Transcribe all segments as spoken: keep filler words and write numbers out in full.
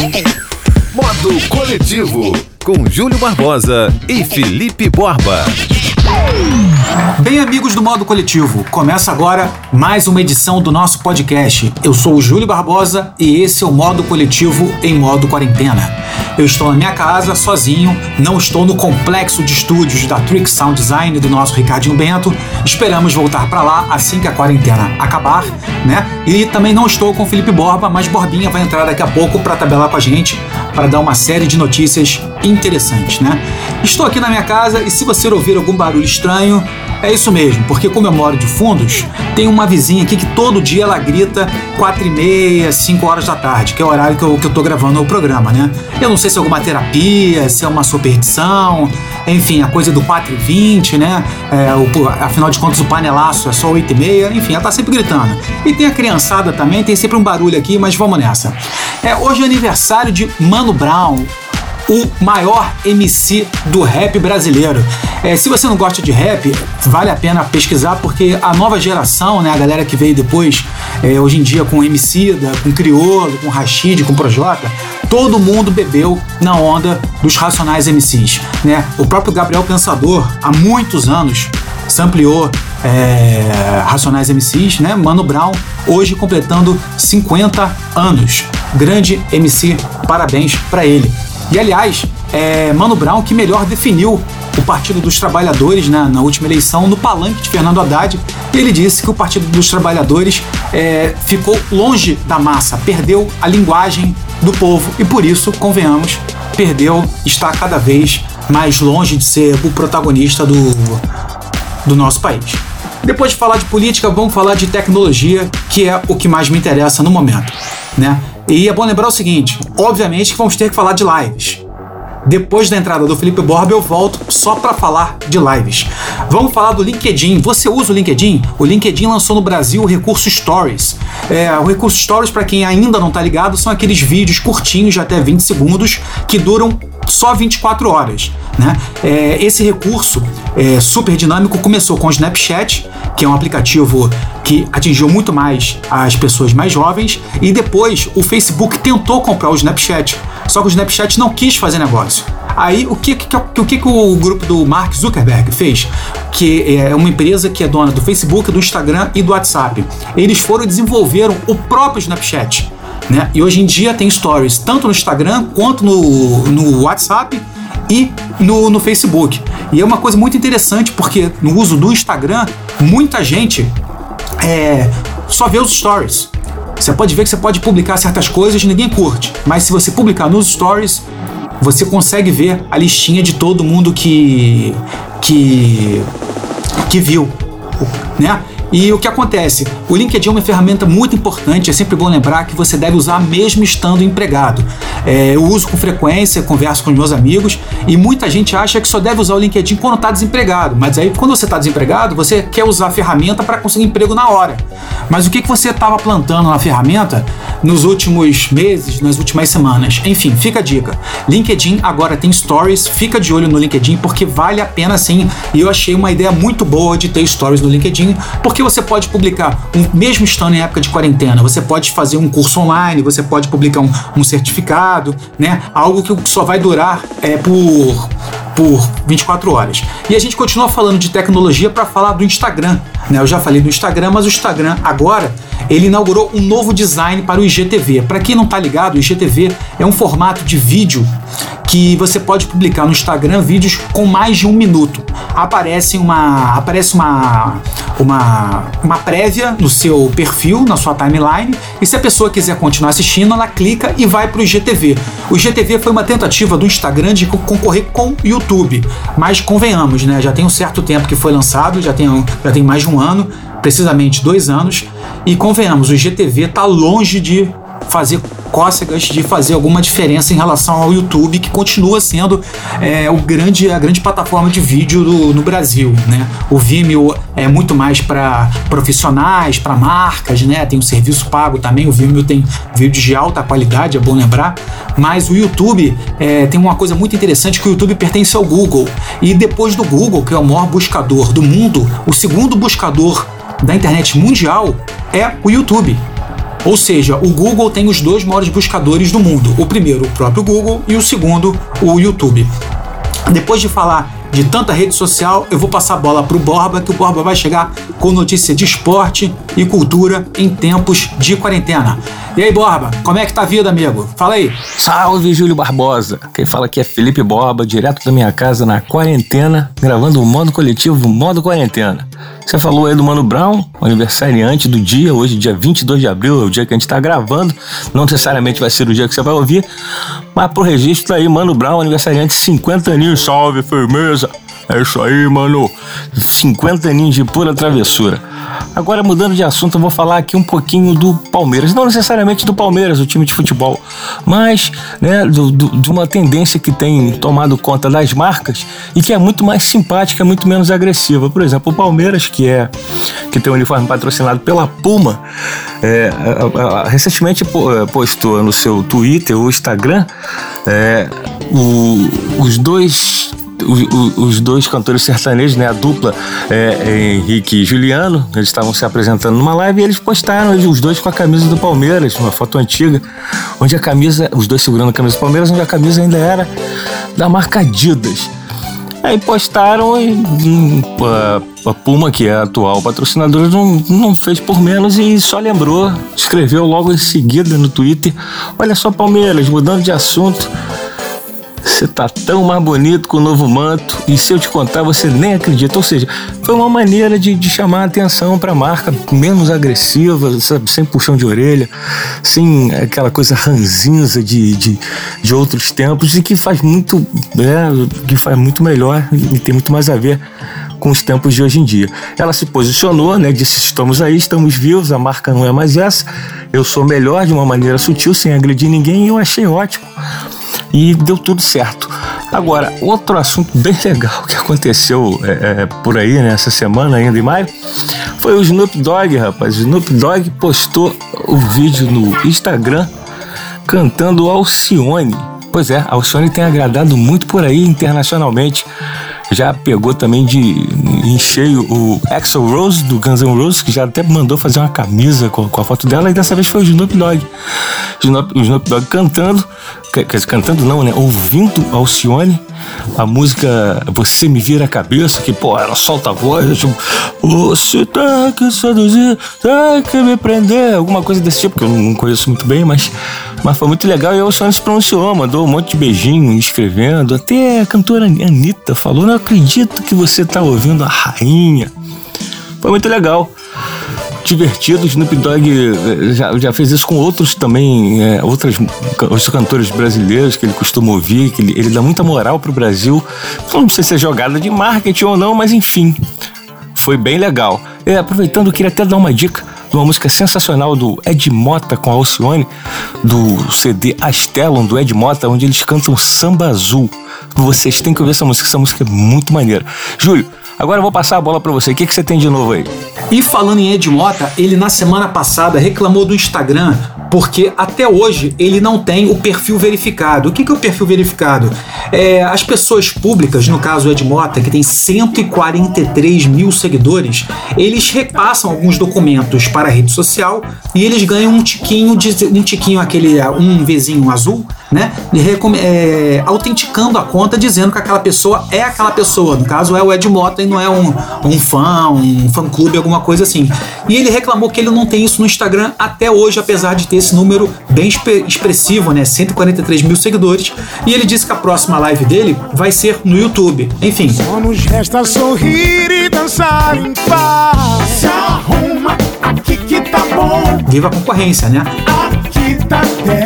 Modo Coletivo, com Júlio Barbosa e Felipe Borba. Bem, amigos do Modo Coletivo, começa agora mais uma edição do nosso podcast. Eu sou o Júlio Barbosa e esse é o Modo Coletivo em modo quarentena. Eu estou na minha casa, sozinho, não estou no complexo de estúdios da Trick Sound Design do nosso Ricardinho Bento. Esperamos voltar para lá assim que a quarentena acabar, né? E também não estou com o Felipe Borba, mas Borbinha vai entrar daqui a pouco para tabelar com a gente, para dar uma série de notícias interessantes, né? Estou aqui na minha casa e se você ouvir algum barulho estranho, é isso mesmo, porque como eu moro de fundos, tem uma vizinha aqui que todo dia ela grita quatro e meia, cinco horas da tarde, que é o horário que eu, que eu tô gravando o programa, né? Eu não sei se é alguma terapia, se é uma superstição, enfim, a coisa do quatro e vinte, né? É, o, afinal de contas o panelaço é só oito e meia, enfim, ela tá sempre gritando. E tem a criançada também, tem sempre um barulho aqui, mas vamos nessa. É, hoje é aniversário de Mano Brown, o maior M C do rap brasileiro. É, se você não gosta de rap, vale a pena pesquisar, porque a nova geração, né, a galera que veio depois, é, hoje em dia com Emicida, com Criolo, com Rashid, com Projota, todo mundo bebeu na onda dos Racionais M Cs, né? O próprio Gabriel Pensador, há muitos anos, sampleou é, Racionais M Cs, né? Mano Brown, hoje completando cinquenta anos. Grande M C, parabéns pra ele. E aliás, é Mano Brown que melhor definiu o Partido dos Trabalhadores, né, na última eleição, no palanque de Fernando Haddad. Ele disse que o Partido dos Trabalhadores é, ficou longe da massa, perdeu a linguagem do povo e por isso, convenhamos, perdeu, está cada vez mais longe de ser o protagonista do, do nosso país. Depois de falar de política, vamos falar de tecnologia, que é o que mais me interessa no momento, né? E é bom lembrar o seguinte, obviamente que vamos ter que falar de lives. Depois da entrada do Felipe Borba, eu volto só para falar de lives. Vamos falar do LinkedIn. Você usa o LinkedIn? O LinkedIn lançou no Brasil o recurso Stories. É, o recurso Stories, para quem ainda não tá ligado, são aqueles vídeos curtinhos de até vinte segundos que duram só vinte e quatro horas, né? É, esse recurso é, super dinâmico começou com o Snapchat, que é um aplicativo que atingiu muito mais as pessoas mais jovens, e depois o Facebook tentou comprar o Snapchat, só que o Snapchat não quis fazer negócio. Aí o que, que, o, que, que o grupo do Mark Zuckerberg fez? Que é uma empresa que é dona do Facebook, do Instagram e do WhatsApp. Eles foram e desenvolveram o próprio Snapchat, né? E hoje em dia tem stories tanto no Instagram quanto no, no WhatsApp e no, no Facebook. E é uma coisa muito interessante porque no uso do Instagram, muita gente é, só vê os stories. Você pode ver que você pode publicar certas coisas e ninguém curte, mas se você publicar nos stories, você consegue ver a listinha de todo mundo que, que, que viu, né? E o que acontece? O LinkedIn é uma ferramenta muito importante, é sempre bom lembrar que você deve usar mesmo estando empregado. É, eu uso com frequência, converso com os meus amigos e muita gente acha que só deve usar o LinkedIn quando está desempregado. Mas aí quando você está desempregado, você quer usar a ferramenta para conseguir emprego na hora. Mas o que, que você estava plantando na ferramenta nos últimos meses, nas últimas semanas? Enfim, fica a dica. LinkedIn agora tem Stories, fica de olho no LinkedIn porque vale a pena sim. E eu achei uma ideia muito boa de ter Stories no LinkedIn, porque você pode publicar, um, mesmo estando em época de quarentena, você pode fazer um curso online, você pode publicar um, um certificado, né? Algo que só vai durar é, por, por vinte e quatro horas. E a gente continua falando de tecnologia para falar do Instagram, né? Eu já falei do Instagram, mas o Instagram agora ele inaugurou um novo design para o I G T V. Para quem não está ligado, o I G T V é um formato de vídeo que você pode publicar no Instagram vídeos com mais de um minuto. Aparece uma, aparece uma, uma, uma prévia no seu perfil, na sua timeline, e se a pessoa quiser continuar assistindo, ela clica e vai para o I G T V. O I G T V foi uma tentativa do Instagram de concorrer com o YouTube, mas convenhamos, né? Já tem um certo tempo que foi lançado, já tem, já tem mais de um ano, precisamente dois anos, e convenhamos, o I G T V está longe de fazer cócegas, de fazer alguma diferença em relação ao YouTube, que continua sendo é, o grande, a grande plataforma de vídeo do, no Brasil, né? O Vimeo é muito mais para profissionais, para marcas, né? Tem um serviço pago também, o Vimeo tem vídeos de alta qualidade, é bom lembrar, mas o YouTube é, tem uma coisa muito interessante, que o YouTube pertence ao Google, e depois do Google, que é o maior buscador do mundo, o segundo buscador da internet mundial é o YouTube. Ou seja, o Google tem os dois maiores buscadores do mundo. O primeiro, o próprio Google, e o segundo, o YouTube. Depois de falar de tanta rede social, eu vou passar a bola pro Borba, que o Borba vai chegar com notícia de esporte e cultura em tempos de quarentena. E aí, Borba, como é que tá a vida, amigo? Fala aí. Salve, Júlio Barbosa. Quem fala aqui é Felipe Borba, direto da minha casa na quarentena, gravando o Modo Coletivo Modo Quarentena. Você falou aí do Mano Brown, aniversariante do dia, hoje dia vinte e dois de abril, é o dia que a gente tá gravando, não necessariamente vai ser o dia que você vai ouvir, mas pro registro tá aí, Mano Brown, aniversariante, cinquenta aninhos, salve, firmeza. É isso aí, mano. cinquenta aninhos de pura travessura. Agora, mudando de assunto, eu vou falar aqui um pouquinho do Palmeiras. Não necessariamente do Palmeiras, o time de futebol, mas né, do, do, de uma tendência que tem tomado conta das marcas e que é muito mais simpática, muito menos agressiva. Por exemplo, o Palmeiras, que, é, que tem um uniforme patrocinado pela Puma, é, a, a, recentemente postou no seu Twitter ou Instagram é, o, os dois... Os, os dois cantores sertanejos, né, a dupla é, Henrique e Juliano, eles estavam se apresentando numa live e eles postaram os dois com a camisa do Palmeiras, uma foto antiga, onde a camisa, os dois segurando a camisa do Palmeiras, onde a camisa ainda era da marca Adidas. Aí postaram e a, a Puma, que é a atual patrocinadora, não, não fez por menos e só lembrou, escreveu logo em seguida no Twitter: olha só, Palmeiras, mudando de assunto, você tá tão mais bonito com o novo manto e se eu te contar você nem acredita. Ou seja, foi uma maneira de, de chamar a atenção para a marca menos agressiva, sabe? Sem puxão de orelha, sem aquela coisa ranzinza de, de, de outros tempos e que faz muito, é, que faz muito melhor e tem muito mais a ver com os tempos de hoje em dia. Ela se posicionou, né? Disse: estamos aí, estamos vivos, a marca não é mais essa, eu sou melhor, de uma maneira sutil, sem agredir ninguém, e eu achei ótimo. E deu tudo certo. Agora, outro assunto bem legal que aconteceu é, é, por aí, né, essa semana ainda em maio, foi o Snoop Dogg, rapaz. O Snoop Dogg postou o vídeo no Instagram cantando Alcione. Pois é, Alcione tem agradado muito por aí internacionalmente. Já pegou também de em cheio o Axl Rose, do Guns N' Roses, que já até mandou fazer uma camisa com, com a foto dela, e dessa vez foi o Snoop Dogg. Snoop, o Snoop Dogg cantando, quer dizer, cantando não, né? Ouvindo Alcione, a música Você Me Vira a Cabeça, que, pô, ela solta a voz, tipo, você tá que seduzir, tá que me prender, alguma coisa desse tipo, que eu não conheço muito bem, mas, mas foi muito legal. E a Alcione se pronunciou, mandou um monte de beijinho, escrevendo, até a cantora Anitta falou: não acredito que você tá ouvindo a rainha. Foi muito legal, divertido. O Snoop Dogg já, já fez isso com outros também, é, outras, outros cantores brasileiros que ele costuma ouvir, que ele, ele dá muita moral pro Brasil. Não sei se é jogada de marketing ou não, mas enfim, foi bem legal. É, aproveitando, eu queria até dar uma dica de uma música sensacional do Ed Mota com a Alcione, do C D Astelon, do Ed Mota, onde eles cantam Samba Azul. Vocês têm que ouvir essa música, essa música é muito maneira. Júlio, agora eu vou passar a bola pra você. O que, que você tem de novo aí? E falando em Ed Mota, ele na semana passada reclamou do Instagram porque até hoje ele não tem o perfil verificado. O que, que é o perfil verificado? É, as pessoas públicas, no caso o Ed Mota, que tem cento e quarenta e três mil seguidores, eles repassam alguns documentos para a rede social e eles ganham um tiquinho, de, um tiquinho aquele, um Vzinho azul, né? É, autenticando a conta, dizendo que aquela pessoa é aquela pessoa. No caso é o Ed Mota e não é um, um fã, um fã-clube, alguma coisa assim. E ele reclamou que ele não tem isso no Instagram até hoje, apesar de ter esse número bem expressivo, né? cento e quarenta e três mil seguidores. E ele disse que a próxima live dele vai ser no YouTube. Enfim. Só nos resta sorrir e dançar em paz. Se arruma, aqui que tá bom. Viva a concorrência, né? Aqui tá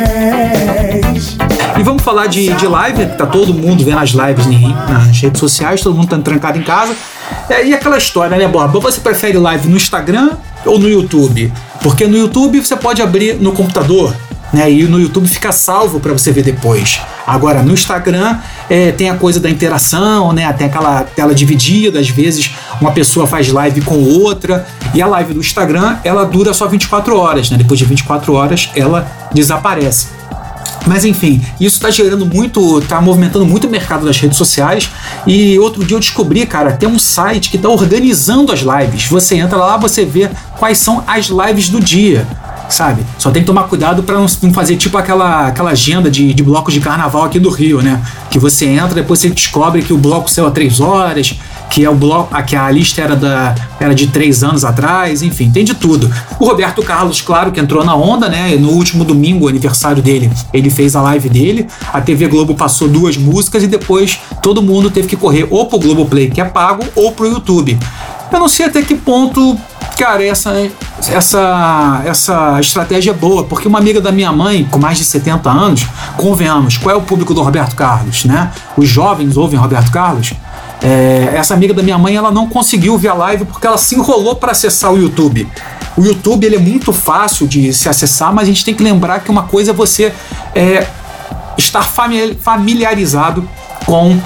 dez. E vamos falar de, de live, que tá todo mundo vendo as lives nas redes sociais, todo mundo tá trancado em casa. É, e aquela história, né, Borba? Você prefere live no Instagram ou no YouTube? Porque no YouTube você pode abrir no computador, né? E no YouTube fica salvo para você ver depois. Agora, no Instagram é, tem a coisa da interação, né? Tem aquela tela dividida, às vezes uma pessoa faz live com outra, e a live do Instagram, ela dura só vinte e quatro horas, né? Depois de vinte e quatro horas, ela desaparece. Mas enfim, isso tá gerando muito, tá movimentando muito o mercado das redes sociais. E outro dia eu descobri, cara, tem um site que tá organizando as lives. Você entra lá, você vê quais são as lives do dia. sabe? Só tem que tomar cuidado para não, não fazer tipo aquela, aquela agenda de, de blocos de carnaval aqui do Rio, né? Que você entra, depois você descobre que o bloco saiu há três horas, que é o bloco, que a lista era, da, era de três anos atrás, enfim, tem de tudo. O Roberto Carlos, claro, que entrou na onda, né? No último domingo, aniversário dele, ele fez a live dele, a T V Globo passou duas músicas e depois todo mundo teve que correr ou pro Globoplay, que é pago, ou pro YouTube. Eu não sei até que ponto, cara, essa, essa, essa estratégia é boa, porque uma amiga da minha mãe, com mais de setenta anos, convenhamos, qual é o público do Roberto Carlos, né? Os jovens ouvem Roberto Carlos. É, essa amiga da minha mãe, ela não conseguiu ver a live porque ela se enrolou para acessar o YouTube. O YouTube, ele é muito fácil de se acessar, mas a gente tem que lembrar que uma coisa é você é, estar familiarizado com,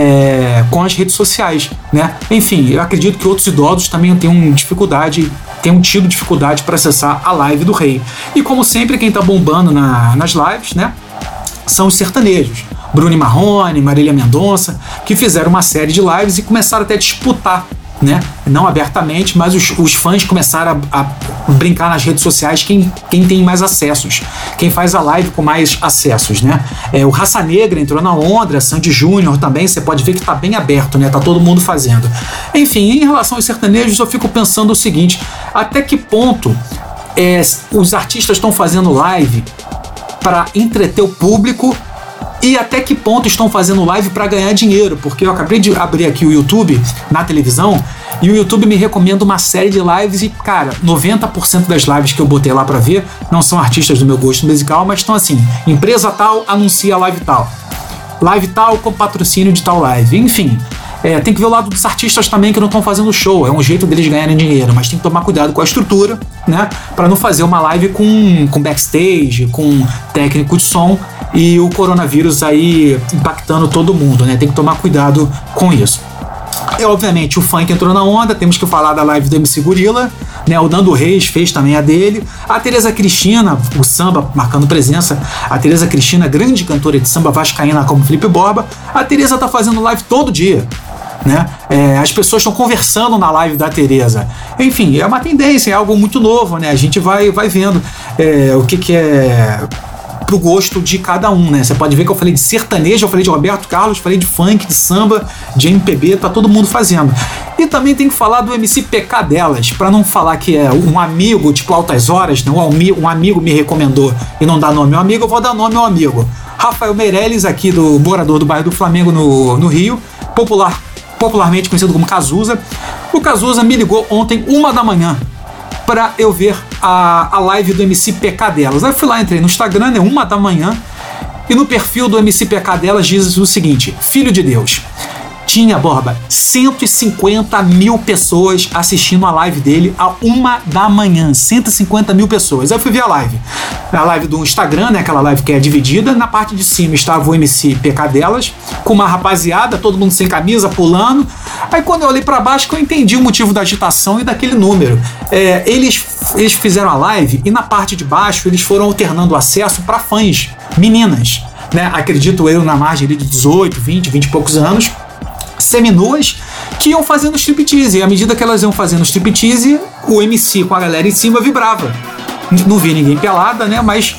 é, com as redes sociais, né? Enfim, eu acredito que outros idosos também tenham dificuldade, tenham tido dificuldade para acessar a live do Rei. E como sempre, quem tá bombando na, nas lives, né, são os sertanejos. Bruno e Marrone, Marília Mendonça, que fizeram uma série de lives e começaram até a disputar, né? Não abertamente, mas os, os fãs começaram a, a brincar nas redes sociais quem, quem tem mais acessos, quem faz a live com mais acessos, né? É, o Raça Negra entrou na onda, Sandy Júnior também, você pode ver que tá bem aberto, né? Tá todo mundo fazendo. Enfim, em relação aos sertanejos, eu fico pensando o seguinte, até que ponto é, os artistas estão fazendo live para entreter o público e até que ponto estão fazendo live para ganhar dinheiro, porque eu acabei de abrir aqui o YouTube na televisão e o YouTube me recomenda uma série de lives e, cara, noventa por cento das lives que eu botei lá para ver não são artistas do meu gosto musical, mas estão assim, empresa tal anuncia live tal, live tal com patrocínio de tal live, enfim. É, tem que ver o lado dos artistas também que não estão fazendo show, é um jeito deles ganharem dinheiro, mas tem que tomar cuidado com a estrutura, né, para não fazer uma live com, com backstage, com técnico de som e o coronavírus aí impactando todo mundo, né, tem que tomar cuidado com isso. E obviamente o funk entrou na onda, temos que falar da live do M C Gorila, né, o Nando Reis fez também a dele, a Tereza Cristina, o samba marcando presença, a Tereza Cristina, grande cantora de samba vascaína como Felipe Borba, a Tereza tá fazendo live todo dia, né? É, as pessoas estão conversando na live da Tereza. Enfim, é uma tendência, é algo muito novo, né? A gente vai, vai vendo é, o que, que é pro gosto de cada um, né? Você pode ver que eu falei de sertanejo, eu falei de Roberto Carlos, falei de funk, de samba, de M P B, tá todo mundo fazendo. E também tem que falar do M C P K delas, pra não falar que é um amigo, tipo Altas Horas, né? um, um amigo me recomendou e não dá nome ao amigo, eu vou dar nome ao amigo. Rafael Meirelles, aqui do morador do bairro do Flamengo no, no Rio, popular popularmente conhecido como Cazuza. O Cazuza me ligou ontem, uma da manhã, pra eu ver a, a live do M C P K delas. Aí eu fui lá, entrei no Instagram, é uma da manhã, e no perfil do M C P K delas diz o seguinte: Filho de Deus. Tinha, Borba, cento e cinquenta mil pessoas assistindo a live dele a uma da manhã. cento e cinquenta mil pessoas. Aí eu fui ver a live. A live do Instagram, né? Aquela live que é dividida. Na parte de cima estava o M C P K delas, com uma rapaziada, todo mundo sem camisa, pulando. Aí quando eu olhei pra baixo, que eu entendi o motivo da agitação e daquele número. É, eles, eles fizeram a live e na parte de baixo eles foram alternando acesso para fãs, meninas, né? Acredito eu, na margem de dezoito, vinte, vinte e poucos anos, seminuas, que iam fazendo striptease, e à medida que elas iam fazendo striptease, o M C com a galera em cima vibrava. Não vi ninguém pelada, né, mas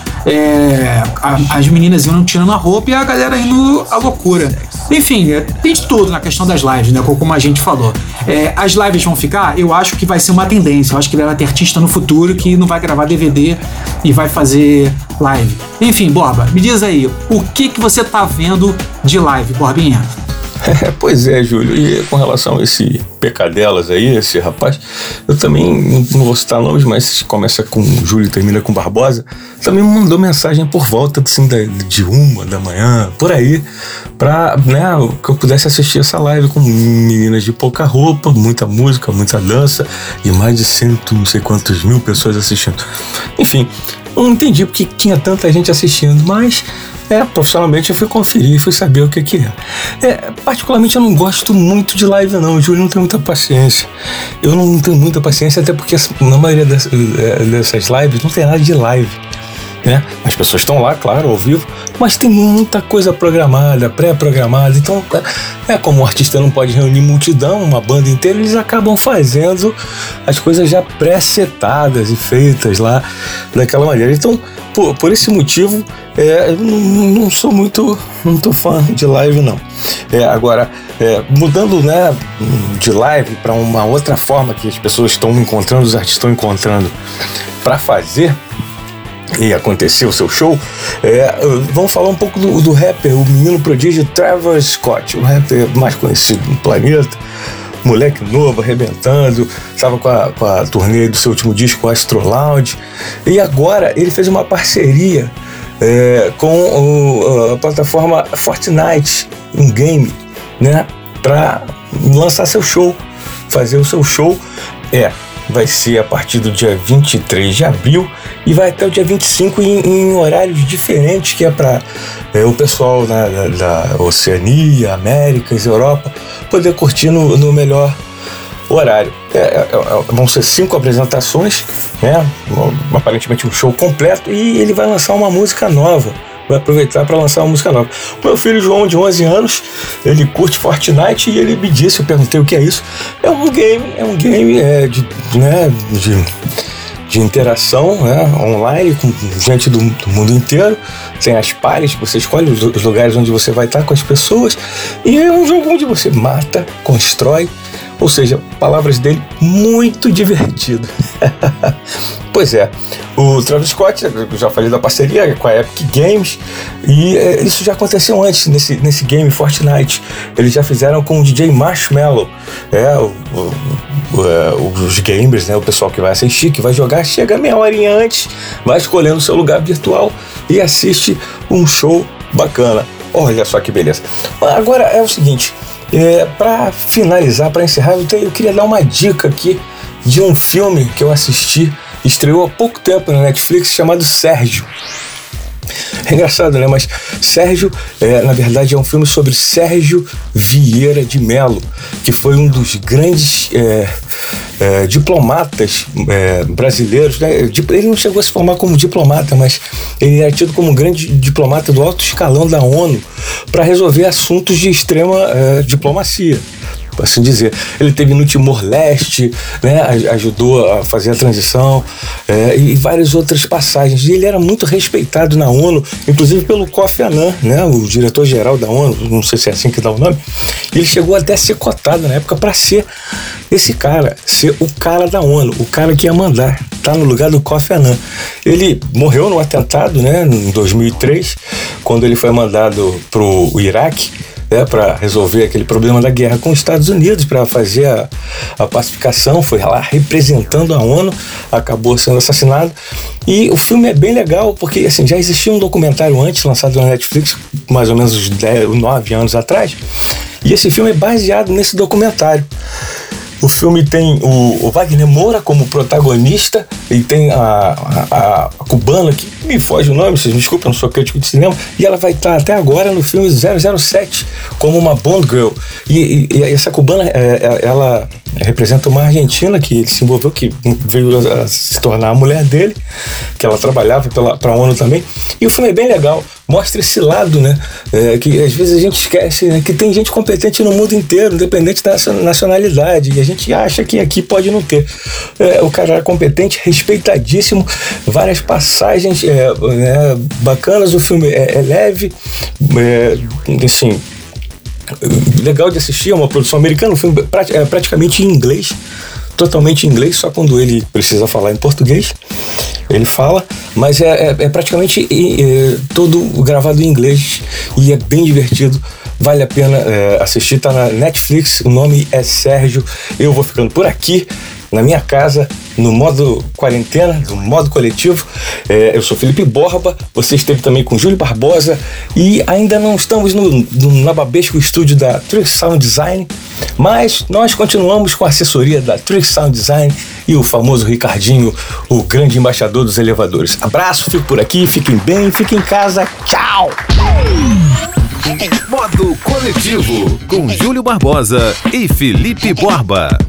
é, a, as meninas iam tirando a roupa e a galera indo à loucura. Enfim, tem de tudo na questão das lives, né, como a gente falou. É, as lives vão ficar, eu acho que vai ser uma tendência, eu acho que vai ter artista no futuro que não vai gravar D V D e vai fazer live. Enfim, Borba, me diz aí, o que que você tá vendo de live, Borbinha? É, pois é, Júlio, e com relação a esse P K delas aí, esse rapaz, eu também não vou citar nomes, mas começa com Júlio e termina com Barbosa, também me mandou mensagem por volta assim, de uma da manhã, por aí, pra, né, que eu pudesse assistir essa live com meninas de pouca roupa, muita música, muita dança e mais de cento, não sei quantos mil pessoas assistindo. Enfim, não entendi porque tinha tanta gente assistindo, mas É, profissionalmente eu fui conferir, fui saber o que que é. é. Particularmente eu não gosto muito de live não, o Júlio não tem muita paciência. Eu não tenho muita paciência, até porque na maioria dessas, dessas lives não tem nada de live. né? As pessoas estão lá, claro, ao vivo, mas tem muita coisa programada, pré-programada. Então, é como o artista não pode reunir multidão, uma banda inteira, eles acabam fazendo as coisas já pré-setadas e feitas lá daquela maneira. Então, por, por esse motivo, é, eu não, não sou muito, não tô fã de live, não. É, agora, é, mudando, né, de live para uma outra forma que as pessoas estão encontrando, os artistas estão encontrando para fazer e acontecer o seu show, é, vamos falar um pouco do, do rapper, o menino prodígio Travis Scott, o rapper mais conhecido no planeta, moleque novo, arrebentando, estava com a, com a turnê do seu último disco, Astro Lounge, e agora ele fez uma parceria é, com o, a plataforma Fortnite, um game, né, para lançar seu show, fazer o seu show. É, vai ser a partir do dia vinte e três de abril e vai até o dia vinte e cinco em, em horários diferentes, que é para é, o pessoal da, da, da Oceania, Américas, Europa, poder curtir no, no melhor horário. É, é, é, vão ser cinco apresentações, né? Aparentemente um show completo, e ele vai lançar uma música nova. Vai aproveitar para lançar uma música nova. O meu filho João, de onze anos, ele curte Fortnite e ele me disse, eu perguntei o que é isso. É um game, é um game é, de, né, de, de interação, né, online com gente do, do mundo inteiro. Tem as pares, você escolhe os, os lugares onde você vai estar com as pessoas. E é um jogo onde você mata, constrói. Ou seja, palavras dele, muito divertido. Pois é, o Travis Scott, eu já falei da parceria com a Epic Games, e é, isso já aconteceu antes nesse, nesse game Fortnite. Eles já fizeram com o D J Marshmello, é, o, o, o, os gamers, né, o pessoal que vai assistir, que vai jogar, chega meia horinha antes, vai escolhendo o seu lugar virtual e assiste um show bacana. Olha só que beleza. Agora é o seguinte, é, para finalizar, para encerrar, eu, te, eu queria dar uma dica aqui de um filme que eu assisti, estreou há pouco tempo na Netflix, chamado Sérgio. É engraçado, né? Mas Sérgio, é, na verdade, é um filme sobre Sérgio Vieira de Mello, que foi um dos grandes é, é, diplomatas é, brasileiros, né? Ele não chegou a se formar como diplomata, mas ele era tido como um grande diplomata do alto escalão da ONU para resolver assuntos de extrema é, diplomacia, assim dizer. Ele teve no Timor-Leste, né, ajudou a fazer a transição, é, e várias outras passagens. E ele era muito respeitado na ONU, inclusive pelo Kofi Annan, né, o diretor-geral da ONU, não sei se é assim que dá o nome. Ele chegou até a ser cotado na época para ser esse cara, ser o cara da ONU, o cara que ia mandar, tá no lugar do Kofi Annan. Ele morreu no atentado, né, em dois mil e três, quando ele foi mandado pro Iraque, É, para resolver aquele problema da guerra com os Estados Unidos, para fazer a, a pacificação. Foi lá representando a ONU, acabou sendo assassinado. E o filme é bem legal, porque assim, já existia um documentário antes, lançado na Netflix, mais ou menos uns dez, nove anos atrás, e esse filme é baseado nesse documentário. O filme tem o, o Wagner Moura como protagonista, e tem a, a, a cubana, que me foge o nome, vocês me desculpem, eu não sou crítico de cinema, e ela vai estar até agora no filme zero zero sete como uma Bond Girl. E, e, e essa cubana, é, ela representa uma argentina que ele se envolveu, que veio a se tornar a mulher dele, que ela trabalhava para a ONU também. E o filme é bem legal, mostra esse lado, né, é, que às vezes a gente esquece, né, que tem gente competente no mundo inteiro, independente da nacionalidade, e a gente acha que aqui pode não ter. É, o cara era competente, respeitadíssimo, várias passagens é, é, bacanas, o filme é, é leve, é, assim, legal de assistir, é uma produção americana, o filme é praticamente em inglês, totalmente em inglês, só quando ele precisa falar em português ele fala, mas é, é, é praticamente é, todo gravado em inglês, e é bem divertido, vale a pena é, assistir, tá na Netflix, o nome é Sérgio. Eu vou ficando por aqui, na minha casa, no modo quarentena, no modo coletivo. É, eu sou Felipe Borba, você esteve também com Júlio Barbosa, e ainda não estamos no, no nababesco estúdio da Trick Sound Design, mas nós continuamos com a assessoria da Trick Sound Design e o famoso Ricardinho, o grande embaixador dos elevadores. Abraço, fico por aqui, fiquem bem, fiquem em casa, tchau! Modo Coletivo, com Júlio Barbosa e Felipe Borba.